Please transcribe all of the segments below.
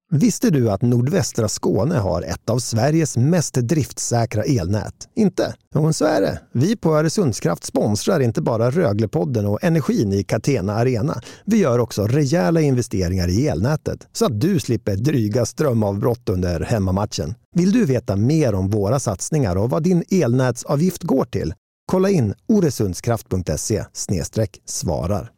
Visste du att nordvästra Skåne har ett av Sveriges mest driftsäkra elnät? Inte? Jo, så är det. Vi på Öresundskraft sponsrar inte bara Röglepodden och energin i Catena Arena. Vi gör också rejäla investeringar i elnätet så att du slipper dryga strömavbrott under hemmamatchen. Vill du veta mer om våra satsningar och vad din elnätsavgift går till? Kolla in oresundskraft.se/svarar.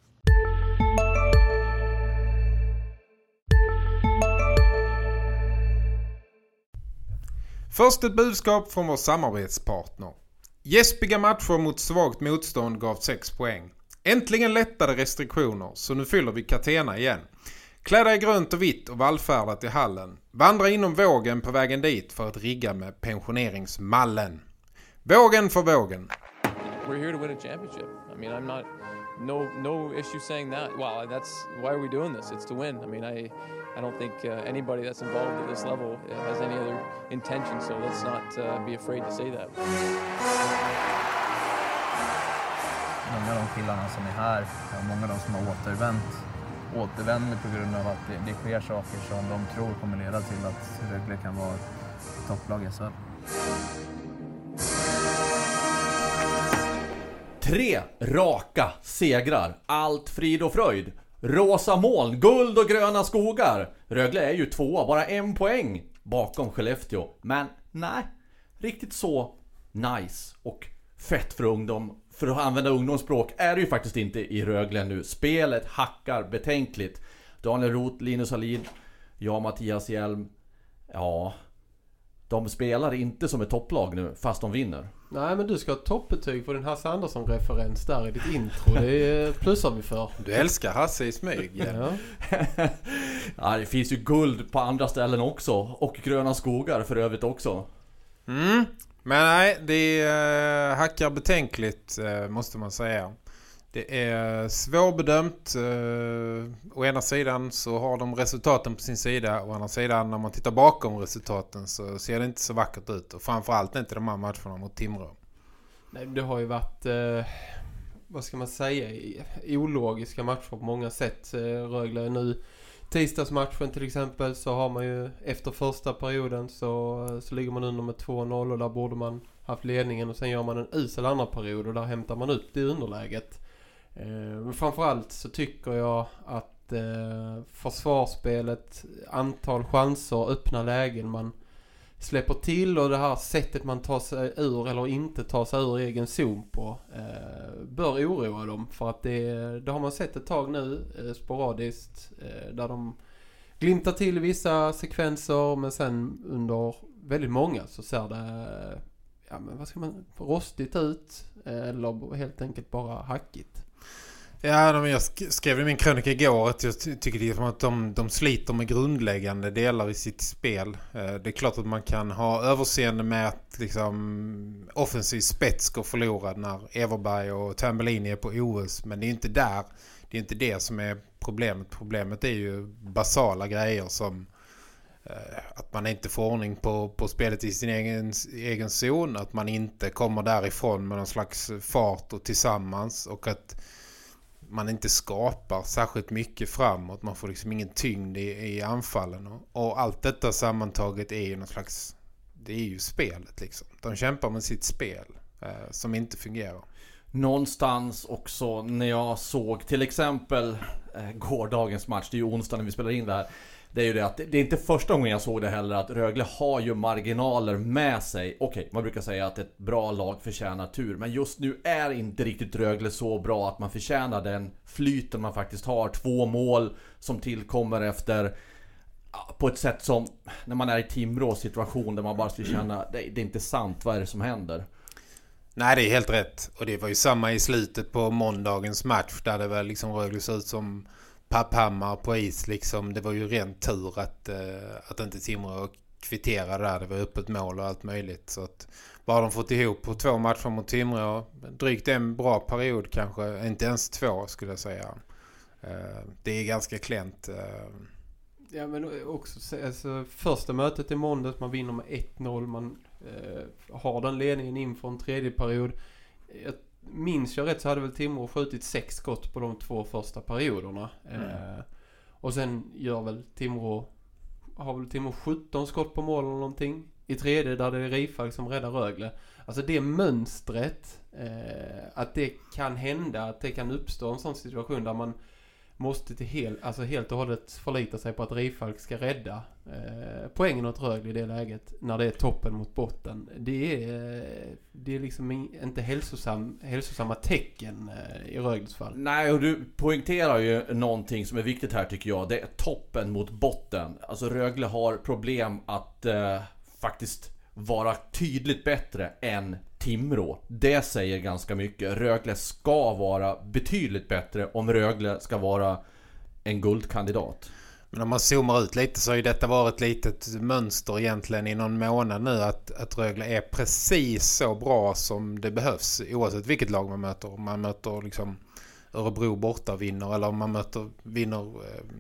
Först ett budskap från vår samarbetspartner. Gäspiga matcher mot svagt motstånd gav 6 poäng. Äntligen lättade restriktioner, så nu fyller vi Catena igen. Klä dig grönt och vitt och vallfärda till hallen. Vandra inom vågen på vägen dit för att rigga med pensioneringsmallen. Vågen för vågen. We're here to win a championship. I mean, I'm not no issue saying that. Well, that's why are we doing this? It's to win. I mean, I don't think anybody that's involved at this level has any other intention, so let's not be afraid to say that. Många av de killarna som är här, många av de som har återvänder på grund av att det sker saker som de tror kommer leda till att Rögle kan vara topplag i SHL. 3 raka segrar, allt frid och fröjd. Rosa moln, guld och gröna skogar. Rögle är ju 2, bara 1 poäng bakom Skellefteå. Men nej, riktigt så nice och fett för ungdom, för att använda ungdomsspråk, är det ju faktiskt inte i Rögle nu. Spelet hackar betänkligt. Daniel Roth, Linus Alin, Mattias Hjelm. Ja, de spelar inte som ett topplag nu, fast de vinner. Nej, men du ska ha toppbetyg för den Hasse Andersson-referens där i ditt intro. Det plussar vi för. Du älskar Hasse i smyg. Ja. Ja, det finns ju guld på andra ställen också. Och gröna skogar för övrigt också. Men nej, det hackar betänkligt, måste man säga. Det är svårbedömt. Å ena sidan så har de resultaten på sin sida. Å andra sidan, när man tittar bakom resultaten så ser det inte så vackert ut. Och framförallt inte de här matcherna mot Timrå. Nej, det har ju varit, vad ska man säga, ologiska matcher på många sätt. Rögle nu. Tisdagsmatchen till exempel, så har man ju efter första perioden så ligger man under med 2-0 och där borde man haft ledningen, och sen gör man en usel andra period och där hämtar man ut det underläget. Men framförallt så tycker jag att försvarsspelet, antal chanser, öppna lägen man släpper till och det här sättet man tar sig ur eller inte tar sig ur egen zon på bör oroa dem, för att det har man sett ett tag nu sporadiskt där de glimtar till i vissa sekvenser, men sen under väldigt många så ser det rostigt ut eller helt enkelt bara hackigt. Ja, men jag skrev i min krönika igår att jag tycker det är som att de sliter med grundläggande delar i sitt spel. Det är klart att man kan ha överseende med att liksom, offensiv spets går förlorad när Everberg och Tambellini är på OS, men det är inte där. Det är inte det som är problemet. Problemet är ju basala grejer som att man inte får ordning på spelet i sin egen zon, att man inte kommer därifrån med någon slags fart och tillsammans, och att man inte skapar särskilt mycket framåt. Man får liksom ingen tyngd i anfallen. Och allt detta sammantaget är ju någon slags... Det är ju spelet liksom. De kämpar med sitt spel som inte fungerar. Någonstans också när jag såg till exempel gårdagens match, det är ju onsdag när vi spelar in det här. Det är ju det att det är inte första gången jag såg det heller, att Rögle har ju marginaler med sig. Okej, man brukar säga att ett bra lag förtjänar tur, men just nu är inte riktigt Rögle så bra att man förtjänar den flyten man faktiskt har. 2 mål som tillkommer efter på ett sätt som när man är i Timrås situation där man bara skulle känna det är inte sant, vad är det som händer? Nej, det är helt rätt. Och det var ju samma i slutet på måndagens match där det väl liksom Rögle såg ut som Papphammar på is liksom. Det var ju rent tur att inte Timrå kvitterade där. Det var öppet mål och allt möjligt. Så att bara de fått ihop på 2 matcher mot Timrå, drygt en bra period kanske, inte ens 2 skulle jag säga. Det är ganska klänt. Ja, men också alltså, första mötet i måndags, man vinner med 1-0, man har den ledningen inför en tredje period. Minns jag rätt så hade väl Timrå skjutit 6 skott på de 2 första perioderna. Och sen gör väl Timrå har väl till och med 17 skott på mål eller någonting. I tredje där det är Rifalk som räddar Rögle. Alltså det mönstret, att det kan hända, att det kan uppstå en sån situation där man måste helt och hållet förlita sig på att Rifalk ska rädda poängen åt Rögle i det läget när det är toppen mot botten. Det är liksom inte hälsosamma tecken i Rögles fall. Nej, och du poängterar ju någonting som är viktigt här tycker jag. Det är toppen mot botten. Alltså Rögle har problem att faktiskt vara tydligt bättre än Timrå. Det säger ganska mycket. Rögle ska vara betydligt bättre om Rögle ska vara en guldkandidat. Men om man zoomar ut lite så har ju detta varit ett litet mönster egentligen i någon månad nu att Rögle är precis så bra som det behövs oavsett vilket lag man möter. Om man möter liksom Örebro borta och vinner eller om man vinner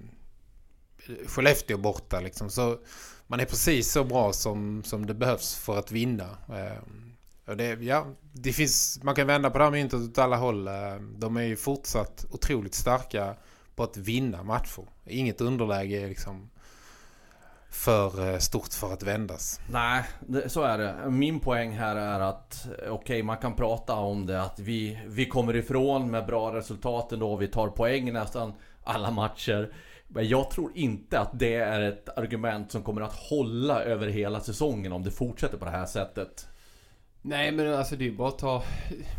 Skellefteå borta liksom, så man är precis så bra som det behövs för att vinna. Och det finns, man kan vända på det här myntet åt alla håll. De är ju fortsatt otroligt starka på att vinna matcher. Inget underläge är liksom för stort för att vändas. Nej, så är det. Min poäng här är att man kan prata om det att vi kommer ifrån med bra resultat ändå. Vi tar poäng nästan alla matcher. Men jag tror inte att det är ett argument som kommer att hålla över hela säsongen om det fortsätter på det här sättet. Nej, men alltså det är bara att ta...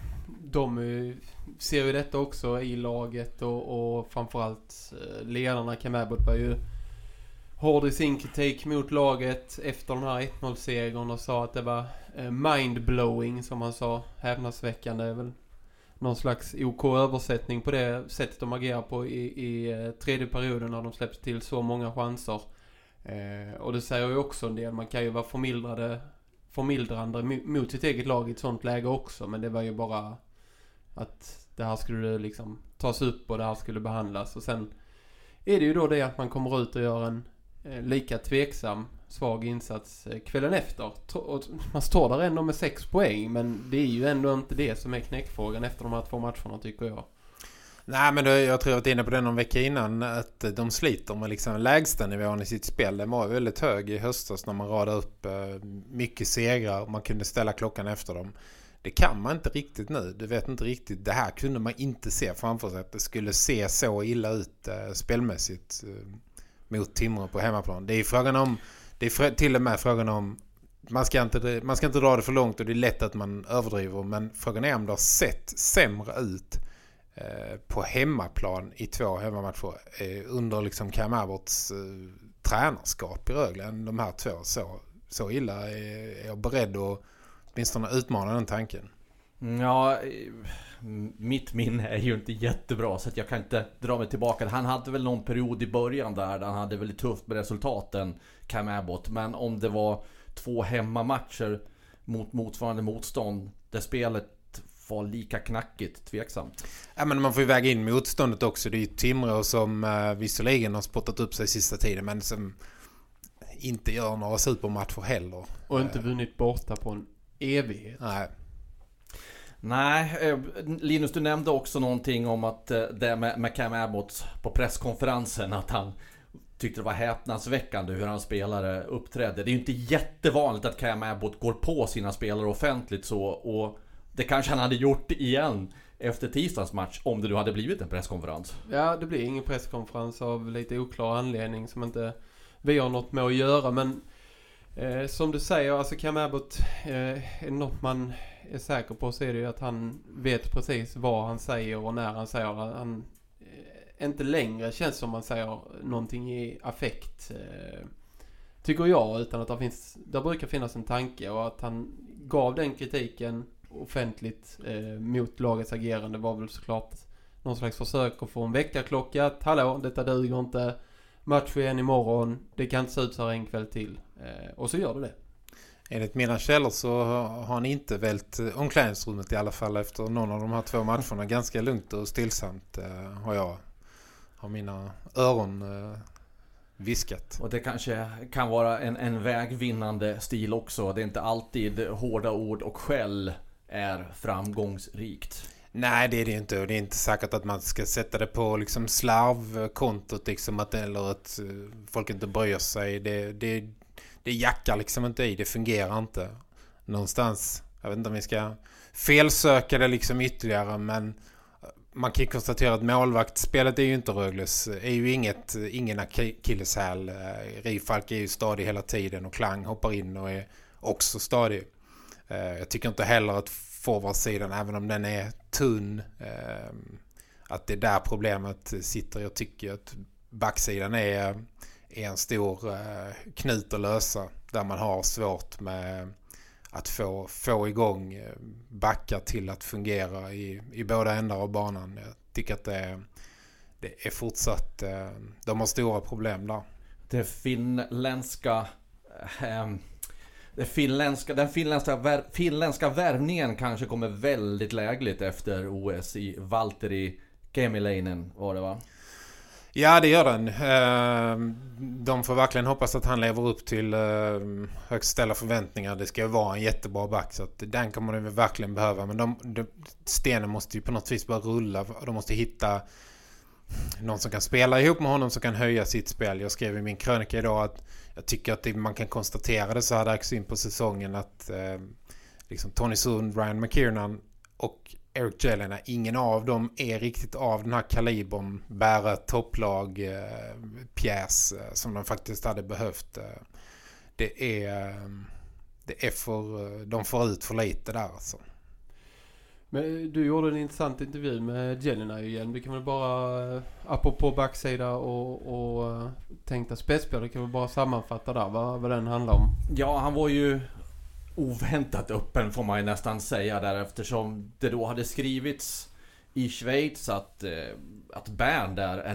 De ser ju detta också i laget och framförallt ledarna. Cam Abbott var ju hård i sin kritik mot laget efter den här 1-0-segern och sa att det var mind-blowing, som han sa, häpnadsväckande är väl någon slags OK-översättning på det sättet de agerar på i tredje perioden när de släpps till så många chanser. Och det säger ju också en del, man kan ju vara förmildrande mot sitt eget lag i ett sånt läge också, men det var ju bara att det här skulle liksom tas upp och det här skulle behandlas, och sen är det ju då det att man kommer ut och gör en lika tveksam svag insats kvällen efter, och man står där ändå med 6 poäng, men det är ju ändå inte det som är knäckfrågan efter de här 2 matcherna, tycker jag. Nej, men jag tror att jag var inne på det någon vecka innan, att de sliter med liksom lägsta nivån i sitt spel. Den var väldigt hög i höstas när man radade upp mycket segrar och man kunde ställa klockan efter dem. Det kan man inte riktigt nu. Du vet inte riktigt. Det här kunde man inte se framför sig, att det skulle se så illa ut spelmässigt mot Timrå på hemmaplan. Det är frågan om, till och med frågan om, man ska inte dra det för långt och det är lätt att man överdriver, men frågan är om det har sett sämre ut på hemmaplan i 2 hemmamatcher under liksom Cam Abbotts tränarskap i Rögle än de här 2. Så illa är jag beredd att åtminstone utmana den tanken. Ja, mitt minne är ju inte jättebra så att jag kan inte dra mig tillbaka. Han hade väl någon period i början där han hade väldigt tufft med resultaten, Cam Abbott, men om det var 2 hemmamatcher mot motsvarande motstånd där spelet var lika knackigt, tveksamt. Ja, men man får ju väga in motståndet också. Det är ju Timrå som visserligen har spottat upp sig sista tiden, men som inte gör några supermatcher heller. Och inte vunnit borta på en evighet. Nej, Linus, du nämnde också någonting om att det med Cam Abbott på presskonferensen, att han tyckte det var häpnadsväckande hur hans spelare uppträdde. Det är ju inte jättevanligt att Cam Abbott går på sina spelare offentligt så, och det kanske han hade gjort igen efter tisdagens match om det nu hade blivit en presskonferens. Ja, det blir ingen presskonferens av lite oklar anledning som inte vi har något med att göra, men som du säger, alltså Cam Abbott är något man är säker på, så är det ju att han vet precis vad han säger och när han säger. Han inte längre känns som man säger någonting i affekt, tycker jag, utan att där brukar finnas en tanke, och att han gav den kritiken offentligt mot lagets agerande var väl såklart någon slags försök att få en väckarklocka, att hallå, detta duger inte, match igen imorgon, det kan inte se ut så här en kväll till, och så gör det. Enligt mina källor så har han inte vält omklädningsrummet i alla fall efter någon av de här 2 matcherna. Ganska lugnt och stillsamt har mina öron viskat. Och det kanske kan vara en vägvinnande stil också. Det är inte alltid hårda ord och skäll är framgångsrikt. Nej, det är det inte. Och det är inte säkert att man ska sätta det på liksom slarvkontot liksom, eller att folk inte bryr sig. Det jackar liksom inte i. Det fungerar inte. Någonstans, jag vet inte om vi ska felsöka det liksom ytterligare, men man kan konstatera att målvaktsspelet är ju inte Rögles. Är ju ingen akilleshäl. Rifalk är ju stadig hela tiden och Klang hoppar in och är också stadig. Jag tycker inte heller att forwardsidan, även om den är tunn, att det är där problemet sitter. Jag tycker att backsidan är en stor knut att lösa, där man har svårt med att få igång backar till att fungera i båda ändar av banan. Jag tycker att det är fortsatt, de har stora problem där. Den finländska värvningen kanske kommer väldigt lägligt efter OS i Valtteri Kemiläinen, var det va? Ja, det gör den. De får verkligen hoppas att han lever upp till högst ställda förväntningar. Det ska ju vara en jättebra back, så att den kommer de verkligen behöva. Men stenen måste ju på något vis bara rulla. De måste hitta någon som kan spela ihop med honom, som kan höja sitt spel. Jag skrev i min krönika idag att jag tycker att man kan konstatera det så här dags in på säsongen att liksom Tony Sund, Ryan McKiernan och Eric Jelena, ingen av dem är riktigt av den här kalibern, bära topplag pjäs som de faktiskt hade behövt. Det är för, de får ut för lite där alltså. Men du gjorde en intressant intervju med Jelena igen. Vi kan väl bara, apropå backsida och tänkta spetsspelare, kan vi bara sammanfatta där vad den handlar om. Ja, han var ju oväntat öppen, får man ju nästan säga där, eftersom det då hade skrivits i Schweiz att Bern där är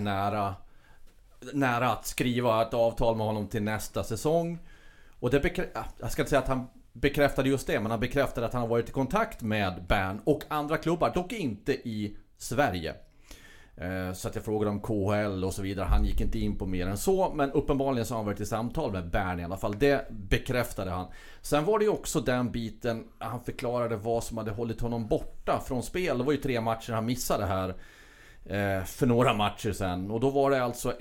nära att skriva ett avtal med honom till nästa säsong. Och det jag ska inte säga att han bekräftade just det, men han bekräftade att han har varit i kontakt med Bern och andra klubbar, dock inte i Sverige. Så att jag frågade om KHL och så vidare. Han gick inte in på mer än så, men uppenbarligen så har han varit i samtal med Bern i alla fall. Det bekräftade han. Sen var det ju också den biten han förklarade vad som hade hållit honom borta från spel. Det var ju 3 matcher han missade här för några matcher sen. Och då var det alltså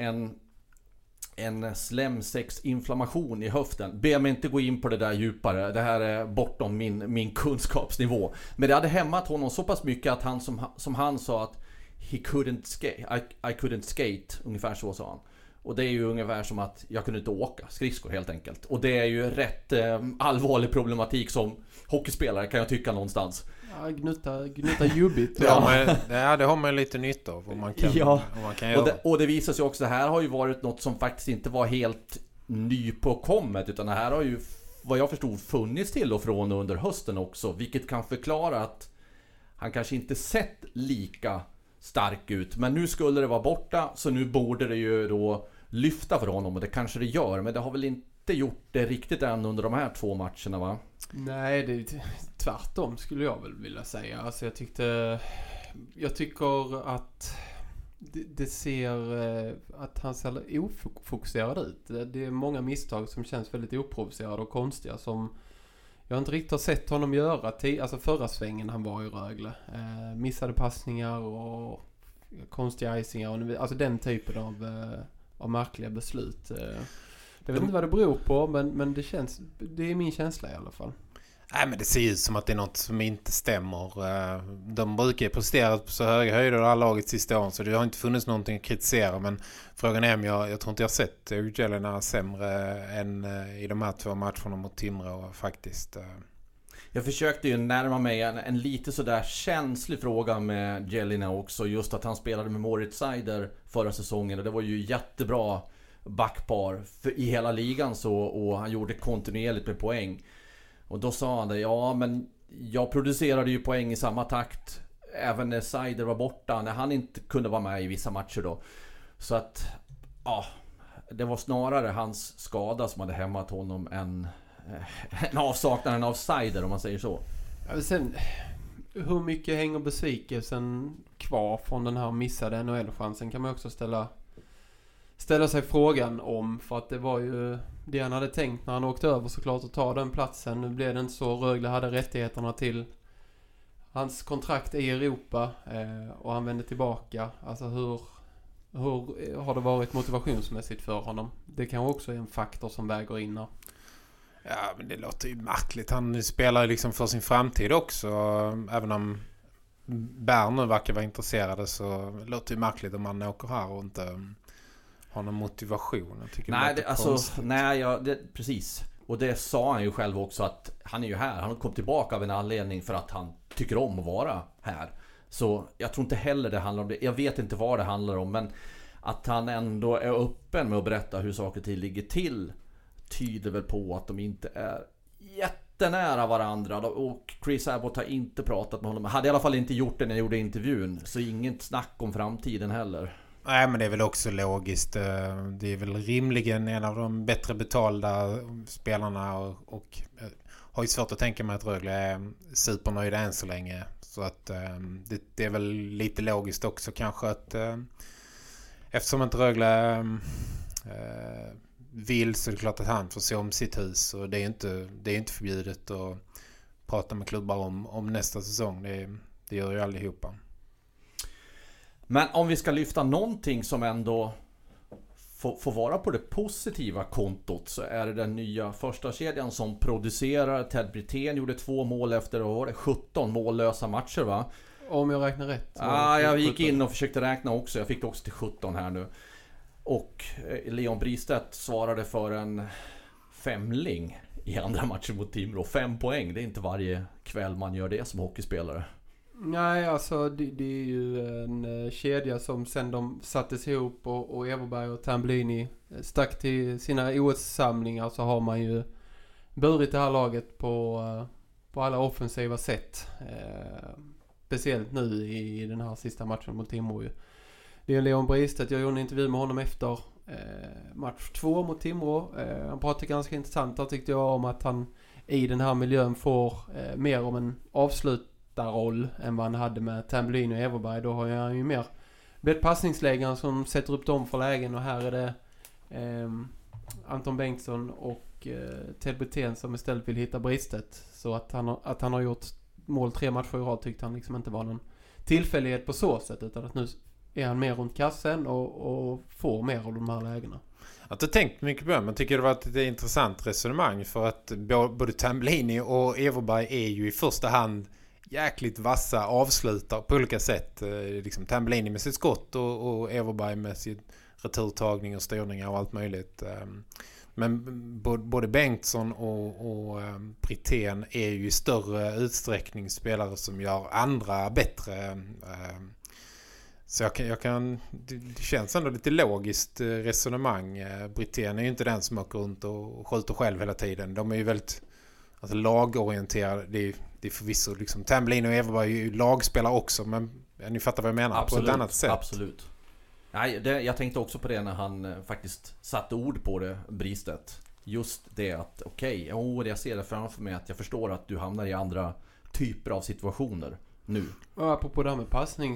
en slemsäcksinflammation i höften. Be mig inte gå in på det där djupare. Det här är bortom min kunskapsnivå. Men det hade hämmat honom så pass mycket att han som han sa att I couldn't skate, ungefär så sa han. Och det är ju ungefär som att jag kunde inte åka skridskor helt enkelt. Och det är ju rätt allvarlig problematik som hockeyspelare, kan jag tycka någonstans. Ja, gnutta jubbigt. Det har man lite nytta av om man kan, ja. Om man kan göra. Och det visar sig också, det här har ju varit något som faktiskt inte var helt nypåkommet, utan det här har ju, vad jag förstod, funnits till och från under hösten också, vilket kan förklara att han kanske inte sett lika stark ut, men nu skulle det vara borta, så nu borde det ju då lyfta för honom, och det kanske det gör, men det har väl inte gjort det riktigt än under de här 2 matcherna, va? Nej, det är tvärtom skulle jag väl vilja säga. Alltså jag tycker att det ser att han ser ofokuserad ut. Det är många misstag som känns väldigt oprovocerade och konstiga, som jag inte riktigt har sett honom göra alltså förra svängen han var i Rögle. Missade passningar och konstiga icingar. Alltså den typen av märkliga beslut. Jag vet inte vad det beror på, men det är min känsla i alla fall. Nej, men det ser ut som att det är något som inte stämmer. De brukar prestera på så höga höjder och alla laget sista åren, så det har inte funnits någonting att kritisera. Men frågan är om jag tror inte jag har sett Jelena sämre än i de här 2 matcherna mot Timrå faktiskt. Jag försökte ju närma mig en lite sådär känslig fråga med Jelena också, just att han spelade med Moritz Seider förra säsongen, och det var ju jättebra backpar i hela ligan så, och han gjorde kontinuerligt med poäng. Och då sa han det, ja men jag producerade ju poäng i samma takt även när Seider var borta, när han inte kunde vara med i vissa matcher då. Så att, ja, det var snarare hans skada som hade hämmat honom än avsaknaden av Seider, om man säger så. Ja, sen, hur mycket hänger besvikelsen kvar från den här missade NHL-chansen kan man också ställa sig frågan om, för att det var ju det han hade tänkt när han åkte över såklart att ta den platsen. Nu blev det inte så. Rögle hade rättigheterna till hans kontrakt i Europa och han vänder tillbaka. Alltså hur har det varit motivationsmässigt för honom? Det kan också är en faktor som väger in här. Ja, men det låter ju märkligt. Han spelar liksom för sin framtid också. Även om Bern nu verkar vara intresserade, så låter det ju märkligt om han åker här och inte har någon motivation. Jag tycker precis. Och det sa han ju själv också, att han är ju här. Han kom tillbaka av en anledning för att han tycker om att vara här. Så jag tror inte heller det handlar om det. Jag vet inte vad det handlar om, men att han ändå är öppen med att berätta hur saker och ting ligger till tyder väl på att de inte är jättenära varandra. Och Chris Abbott har inte pratat med honom. Hade i alla fall inte gjort det när jag gjorde intervjun. Så inget snack om framtiden heller. Nej, men det är väl också logiskt. Det är väl rimligen en av de bättre betalda spelarna och har ju svårt att tänka mig att Rögle är supernöjda än så länge. Så att det är väl lite logiskt också kanske att eftersom inte Rögle vill, så är det klart att han får se om sitt hus, och det är inte förbjudet att prata med klubbar om nästa säsong. Det gör ju allihopa. Men om vi ska lyfta någonting som ändå får vara på det positiva kontot, så är det den nya första kedjan som producerar. Ted Brithén gjorde 2 mål efter 17 mållösa matcher, va? Om jag räknar rätt. Jag gick in och försökte räkna också. Jag fick det också till 17 här nu. Och Leon Bristedt svarade för en 5-ling i andra matchen mot Timrå. 5 poäng, det är inte varje kväll man gör det som hockeyspelare. Nej, alltså det är ju en kedja som sen de sattes ihop och Everberg och Tambellini stack till sina OS-samlingar, så har man ju burit det här laget på alla offensiva sätt. Speciellt nu i den här sista matchen mot Timrå. Det är Leon Bristedt. Jag gjorde en intervju med honom efter match 2 mot Timrå. Han pratade ganska intressant. Där tyckte jag om att han i den här miljön får mer om en avslutarroll än vad han hade med Tambellini och Everberg. Då har han ju mer passningslägen som sätter upp dem för lägen, och här är det Anton Bengtsson och Ted Brithén som istället vill hitta Bristedt. Så att han har gjort mål 3 matcher i rad tyckte han liksom inte var någon tillfällighet på så sätt, utan att nu är han mer runt kassen och får mer av de här lägena. Jag har inte tänkt mycket på det, men tycker det var ett intressant resonemang, för att både Tambellini och Everberg är ju i första hand jäkligt vassa avslutar på olika sätt. Liksom Tambellini med sitt skott och Everberg med sin returtagning och styrningar och allt möjligt. Men både Bengtsson och Brithén är ju i större utsträckning spelare som gör andra bättre. Så jag kan det känns ändå lite logiskt resonemang. Brithén är ju inte den som åker runt och skjuter själv hela tiden. De är ju väldigt lagorienterade. Det är förvisso liksom Tambellini och Everberg är ju lagspelare också, men ni fattar vad jag menar. Absolut, på ett annat sätt. Absolut. Nej, jag tänkte också på det när han faktiskt satte ord på det, Bristedt. Just det att jag ser det framför mig, att jag förstår att du hamnar i andra typer av situationer nu. Och apropå det här med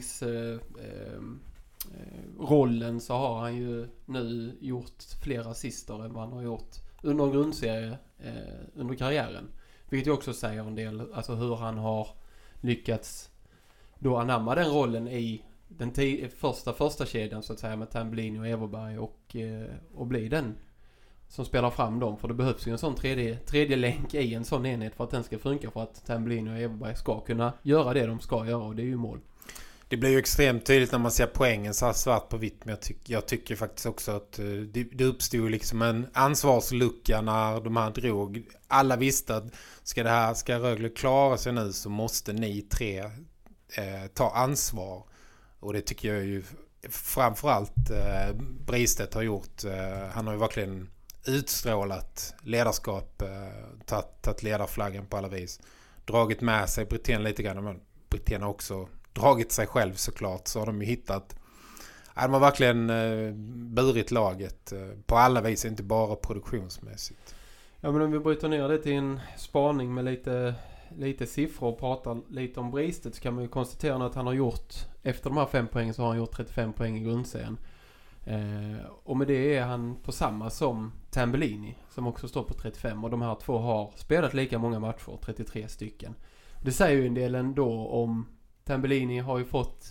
passningsrollen, så har han ju nu gjort fler assister än vad han har gjort under en grundserie under karriären. Vilket ju också säger en del, alltså hur han har lyckats då anamma den rollen i den första kedjan så att säga, med Tambellini och Everberg, och bli den som spelar fram dem. För det behövs ju en sån tredje länk i en sån enhet för att den ska funka, för att Tambellini och Everberg ska kunna göra det de ska göra, och det är ju mål. Det blir ju extremt tydligt när man ser poängen så här svart på vitt, men jag tycker faktiskt också att det uppstod liksom en ansvarslucka när de här drog. Alla visste att ska Rögle klara sig nu, så måste ni 3 ta ansvar. Och det tycker jag ju framförallt Bristedt har gjort. Han har ju verkligen utstrålat ledarskap, tagit ledarflaggen på alla vis. Dragit med sig Brithén lite grann, men Brithén har också dragit sig själv såklart. Så har de ju hittat, de har verkligen burit laget på alla vis, inte bara produktionsmässigt. Ja, men om vi bryter ner det till en spaning med lite siffror och pratar lite om Bristedt, så kan man ju konstatera att han har gjort, efter de här 5 poängen så har han gjort 35 poäng i grundserien. Och med det är han på samma som Tambellini, som också står på 35, och de här två har spelat lika många matcher, 33 stycken. Det säger ju en del ändå om Tambellini har ju fått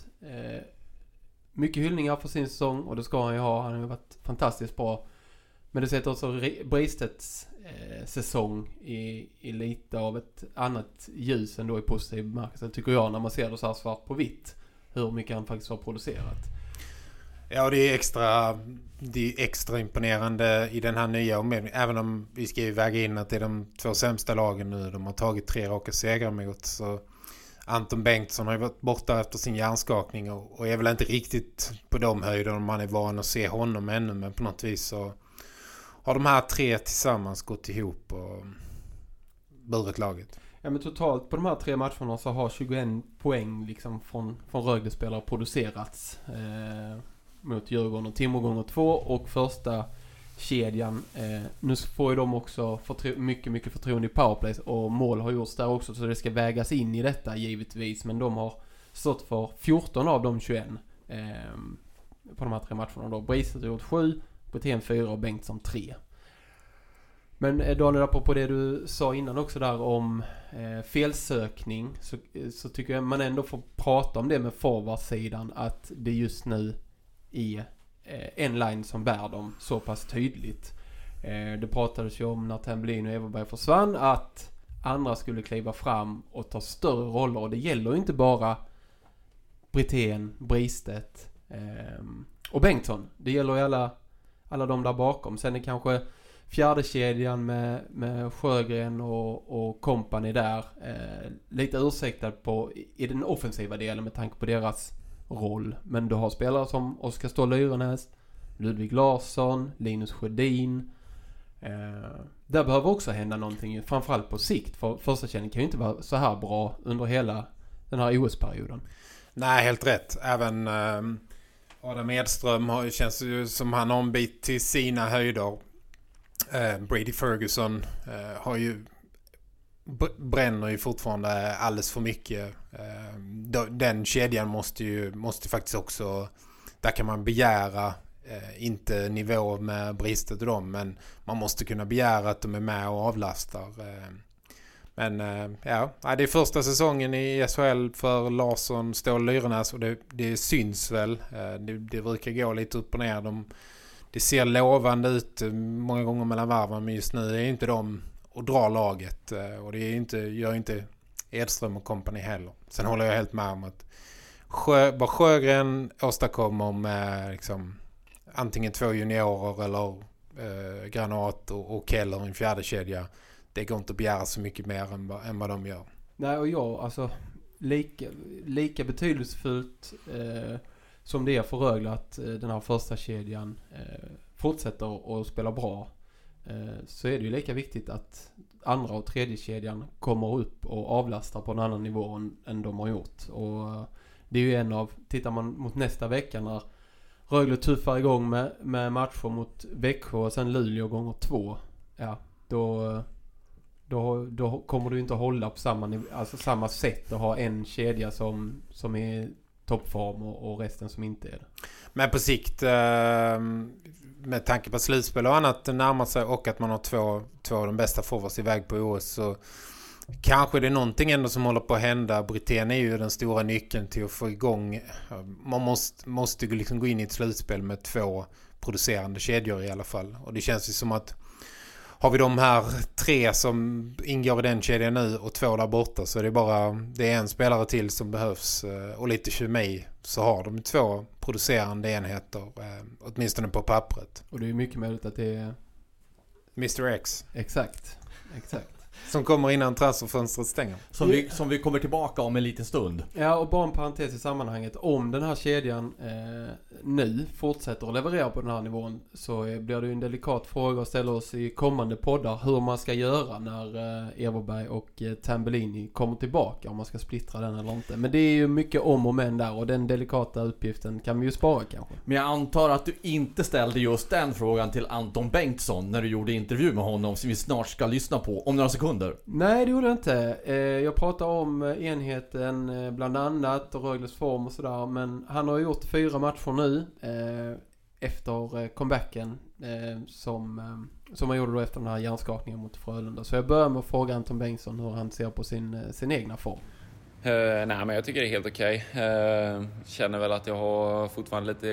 mycket hyllningar för sin säsong, och det ska han ju ha. Han har ju varit fantastiskt bra. Men det sätter också Bristedts säsong i lite av ett annat ljus ändå i positiv bemärkelse, tycker jag, när man ser det så här svart på vitt. Hur mycket han faktiskt har producerat. Ja, det är extra imponerande i den här nya omgivningen. Även om vi ska ju väga in att det är de 2 sämsta lagen nu. De har tagit 3 raka segrar mot. Så Anton Bengtsson har ju varit borta efter sin hjärnskakning och är väl inte riktigt på de höjder man är van att se honom ännu. Men på något vis så har de här 3 tillsammans gått ihop och burit laget. Ja, men totalt på de här 3 matcherna så har 21 poäng liksom från Rögle-spelare producerats mot Djurgården och Timrå gånger 2, och första kedjan. Nu får ju de också mycket förtroende i powerplay, och mål har gjorts där också, så det ska vägas in i detta givetvis. Men de har stått för 14 av de 21 på de här 3 matcherna då. Bristet har gjort 7, Brithén 4 och Bengtsson 3. Men Daniel, apropå det du sa innan också där om felsökning, så tycker jag man ändå får prata om det med forwardsidan, att det just nu är en line som bär dem så pass tydligt. Det pratades ju om när Tambellini och Everberg försvann att andra skulle kliva fram och ta större roller, och det gäller ju inte bara Brithén, Bristet och Bengtsson. Det gäller ju alla de där bakom. Sen är kanske fjärde kedjan med Sjögren och company där lite ursäktad i den offensiva delen med tanke på deras roll. Men du har spelare som Oskar Ståhl Lyrenäs, Ludvig Larsson, Linus Sjödin. Där behöver också hända någonting, framförallt på sikt. För första kedjan kan ju inte vara så här bra under hela den här OS-perioden. Nej, helt rätt. Även Adam Edström känns ju som han har en bit till sina höjder. Brady Ferguson har ju bränner ju fortfarande alldeles för mycket. Den kedjan måste faktiskt också, där kan man begära inte nivå med Bristet och dem, men man måste kunna begära att de är med och avlastar. Men ja, det är första säsongen i SHL för Larsson, Ståhl, Lyrenäs, och det syns väl. Det brukar gå lite upp och ner. Det ser lovande ut många gånger mellan varven, men just nu är inte de att dra laget, och det gör inte Edström och company heller. Sen håller jag helt med om att vad Sjögren åstadkommer med liksom, antingen 2 juniorer eller Granat och Keller i en fjärde kedja, det går inte att begära så mycket mer än vad de gör. Nej, och alltså lika betydelsefullt som det är för Rögle att den här första kedjan fortsätter att spela bra, så är det ju lika viktigt att andra och tredje kedjan kommer upp och avlastar på en annan nivå än de har gjort. Och det är ju tittar man mot nästa vecka när Rögle tuffar igång med matcher mot Växjö och sen Luleå gånger 2, ja, då kommer du inte att hålla på samma sätt och ha en kedja som är toppform och resten som inte är det. Men på sikt, med tanke på slutspel och annat närmar sig, och att man har två av de bästa forwards iväg på OS, så kanske det är någonting ändå som håller på att hända. Brithén är ju den stora nyckeln till att få igång. Man måste liksom gå in i ett slutspel med 2 producerande kedjor i alla fall. Och det känns ju som att har vi de här 3 som ingår i den kedjan nu och 2 där borta, så är det är en spelare till som behövs och lite kemi, så har de 2 producerande enheter, åtminstone på pappret. Och det är mycket möjligt att det är Mr. X. Exakt. Som kommer innan transferfönstret stänger. Som vi kommer tillbaka om en liten stund. Ja, och bara en parentes i sammanhanget. Om den här kedjan nu fortsätter att leverera på den här nivån, så blir det ju en delikat fråga att ställa oss i kommande poddar hur man ska göra när Everberg och Tambellini kommer tillbaka, om man ska splittra den eller inte. Men det är ju mycket om och men där, och den delikata uppgiften kan vi ju spara kanske. Men jag antar att du inte ställde just den frågan till Anton Bengtsson när du gjorde intervju med honom, som vi snart ska lyssna på om några sekunder. Nej, det gjorde jag inte. Jag pratar om enheten bland annat och Rögles form och sådär. Men han har gjort 4 matcher nu. efter comebacken som man gjorde då efter den här hjärnskakningen mot Frölunda. Så jag börjar med att fråga Anton Bengtsson hur han ser på sin egna form. Nej, men jag tycker det är helt okej. Känner väl att jag har fortfarande lite...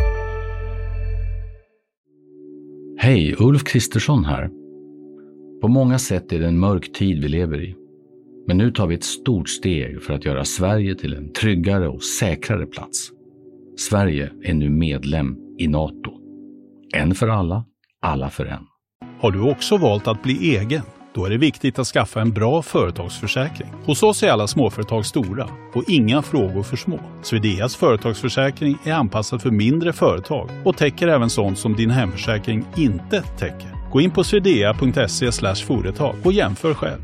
Hej, Ulf Kristersson här. På många sätt är det en mörk tid vi lever i. Men nu tar vi ett stort steg för att göra Sverige till en tryggare och säkrare plats. Sverige är nu medlem i NATO. En för alla, alla för en. Har du också valt att bli egen? Då är det viktigt att skaffa en bra företagsförsäkring. Hos oss är alla småföretag stora och inga frågor för små. Swedeas företagsförsäkring är anpassad för mindre företag och täcker även sånt som din hemförsäkring inte täcker. Gå in på swedea.se/företag och jämför själv.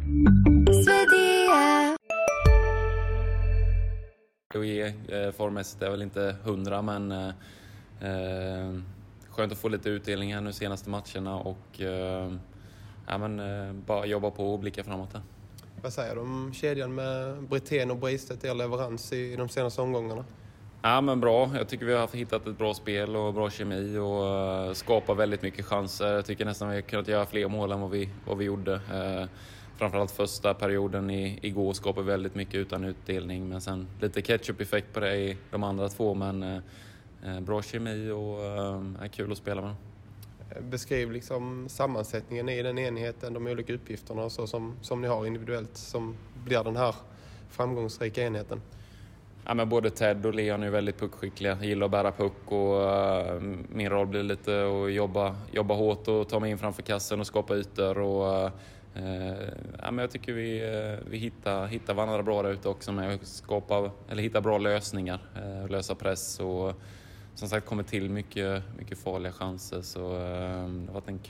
Formmässigt är väl inte 100, men skönt att få lite utdelning här nu senaste matcherna och bara jobba på och blicka framåt här. Vad säger du om kedjan med Brithén och Bristet, er leverans i de senaste omgångarna? Ja, men bra. Jag tycker vi har hittat ett bra spel och bra kemi och skapar väldigt mycket chanser. Jag tycker nästan vi har kunnat göra fler mål än vad vi gjorde. Framförallt första perioden igår skapade väldigt mycket utan utdelning, men sen lite ketchup-effekt på det i de andra två, men bra kemi och är kul att spela med. Beskriv liksom sammansättningen i den enheten, de olika uppgifterna och så som ni har individuellt som blir den här framgångsrika enheten. Ja, men både Ted och Leon är väldigt puckskickliga. Jag gillar att bära puck och min roll blir lite att jobba hårt och ta mig in framför kassen och skapa ytor. Och, men jag tycker vi hittar varandra bra där ute också med att hitta bra lösningar, lösa press och som sagt kommer till mycket farliga chanser. Så det har varit en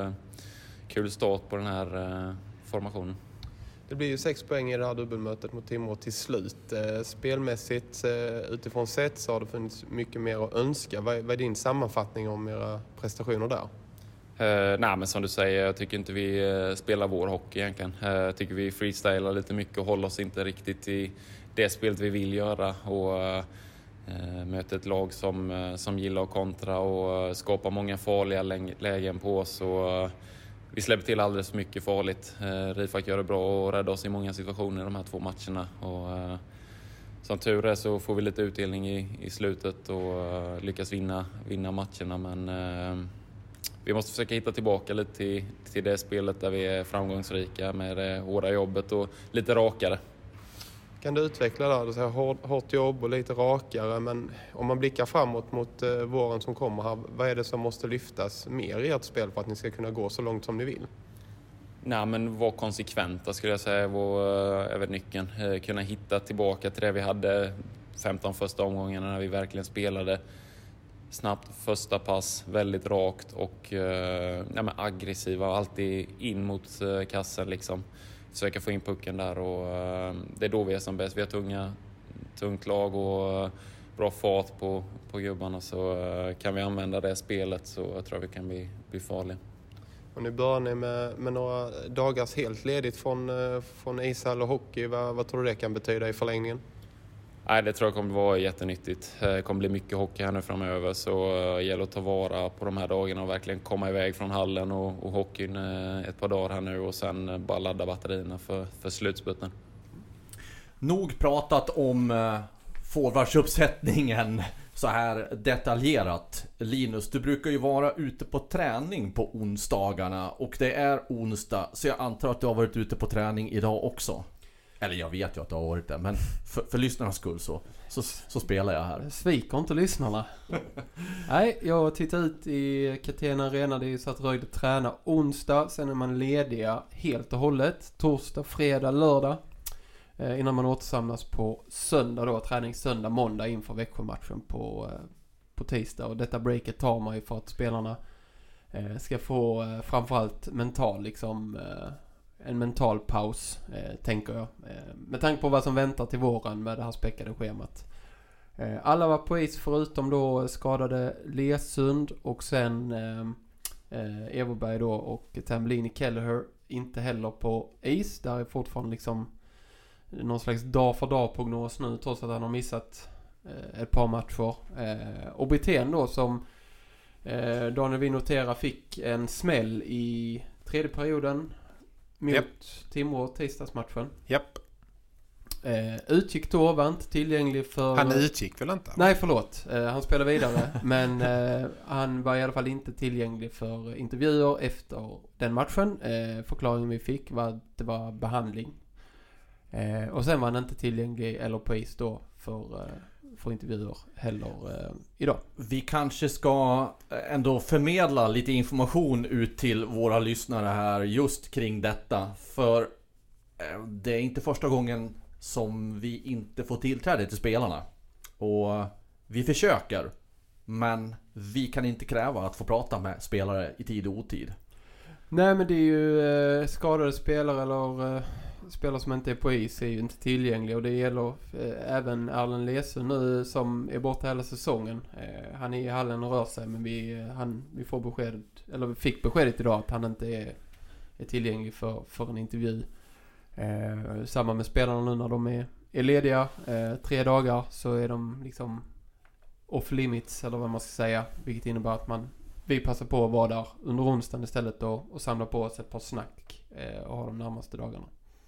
kul start på den här formationen. Det blir ju 6 poäng i det här dubbelmötet mot Timrå till slut. Spelmässigt utifrån sett så har det funnits mycket mer att önska. Vad är din sammanfattning om era prestationer där? Nej, men som du säger, jag tycker inte vi spelar vår hockey egentligen. Jag tycker vi freestylar lite mycket och håller oss inte riktigt i det spelet vi vill göra. Och möter ett lag som gillar att kontra och skapar många farliga lägen på oss. Och vi släpper till alldeles för mycket farligt. Rifak gör det bra och räddar oss i många situationer i de här 2 matcherna. Och som tur är så får vi lite utdelning i slutet och lyckas vinna matcherna. Men vi måste försöka hitta tillbaka lite till det spelet där vi är framgångsrika med det hårda jobbet och lite rakare. Kan du utveckla där? Du säger hårt jobb och lite rakare, men om man blickar framåt mot våren som kommer här, vad är det som måste lyftas mer i ert spel för att ni ska kunna gå så långt som ni vill? Nej, men var konsekventa skulle jag säga är väl nyckeln. Kunna hitta tillbaka till det vi hade 15 första omgångarna när vi verkligen spelade snabbt första pass, väldigt rakt och aggressiva, alltid in mot kassen liksom. Försöka få in pucken där och det är då vi är som bäst. Vi har tungt lag och bra fart på gubbarna, så kan vi använda det spelet så jag tror vi kan bli farliga. Och nu börjar ni med några dagars helt ledigt från ishall och hockey. Vad tror du det kan betyda i förlängningen? Nej, det tror jag kommer vara jättenyttigt. Det kommer bli mycket hockey här nu framöver, så gäller att ta vara på de här dagarna och verkligen komma iväg från hallen och hockeyn ett par dagar här nu och sen bara ladda batterierna för slutspurten. Nog pratat om forwardsuppsättningen så här detaljerat. Linus, du brukar ju vara ute på träning på onsdagarna och det är onsdag, så jag antar att du har varit ute på träning idag också. Eller jag vet ju att du har varit där, men för lyssnarnas skull så spelar jag här. Sviker inte lyssnarna. Nej, jag tittar ut i Catena Arena. Det är så att Rögle tränar onsdag. Sen är man lediga helt och hållet. Torsdag, fredag, lördag. Innan man återsamlas på söndag då. Träning söndag, måndag inför Växjö-matchen på tisdag. Och detta breaket tar man ju för att spelarna ska få framförallt en mental paus, tänker jag. Med tanke på vad som väntar till våren med det här späckade schemat. Alla var på is förutom då skadade Lesund och sen Everberg då och Tambellini Kelleher inte heller på is. Där är fortfarande liksom någon slags dag för dag prognos nu, trots att han har missat ett par matcher. Och Brithén då som Daniel Vinotera fick en smäll i tredje perioden mot Timrå tisdagsmatchen. Japp. Utgick då, var inte tillgänglig för... Han utgick väl inte? Nej, förlåt. Han spelade vidare. Men han var i alla fall inte tillgänglig för intervjuer efter den matchen. Förklaringen vi fick var att det var behandling. Och sen var han inte tillgänglig eller på is då för intervjuer heller idag. Vi kanske ska ändå förmedla lite information ut till våra lyssnare här just kring detta. För det är inte första gången som vi inte får tillträde till spelarna. Och vi försöker, men vi kan inte kräva att få prata med spelare i tid och otid. Nej, men det är ju skadade spelare eller spelare som inte är på is är ju inte tillgängliga. Och det gäller även Erlend Lesund nu som är borta hela säsongen. Han är i hallen och rör sig, men vi får beskedet, eller vi fick beskedet idag att han inte är tillgänglig för en intervju. Samma med spelarna nu när de är lediga 3 dagar så är de liksom off limits eller vad man ska säga, vilket innebär att vi passar på att vara där under onsdagen istället och samla på oss ett par snack och ha de närmaste dagarna.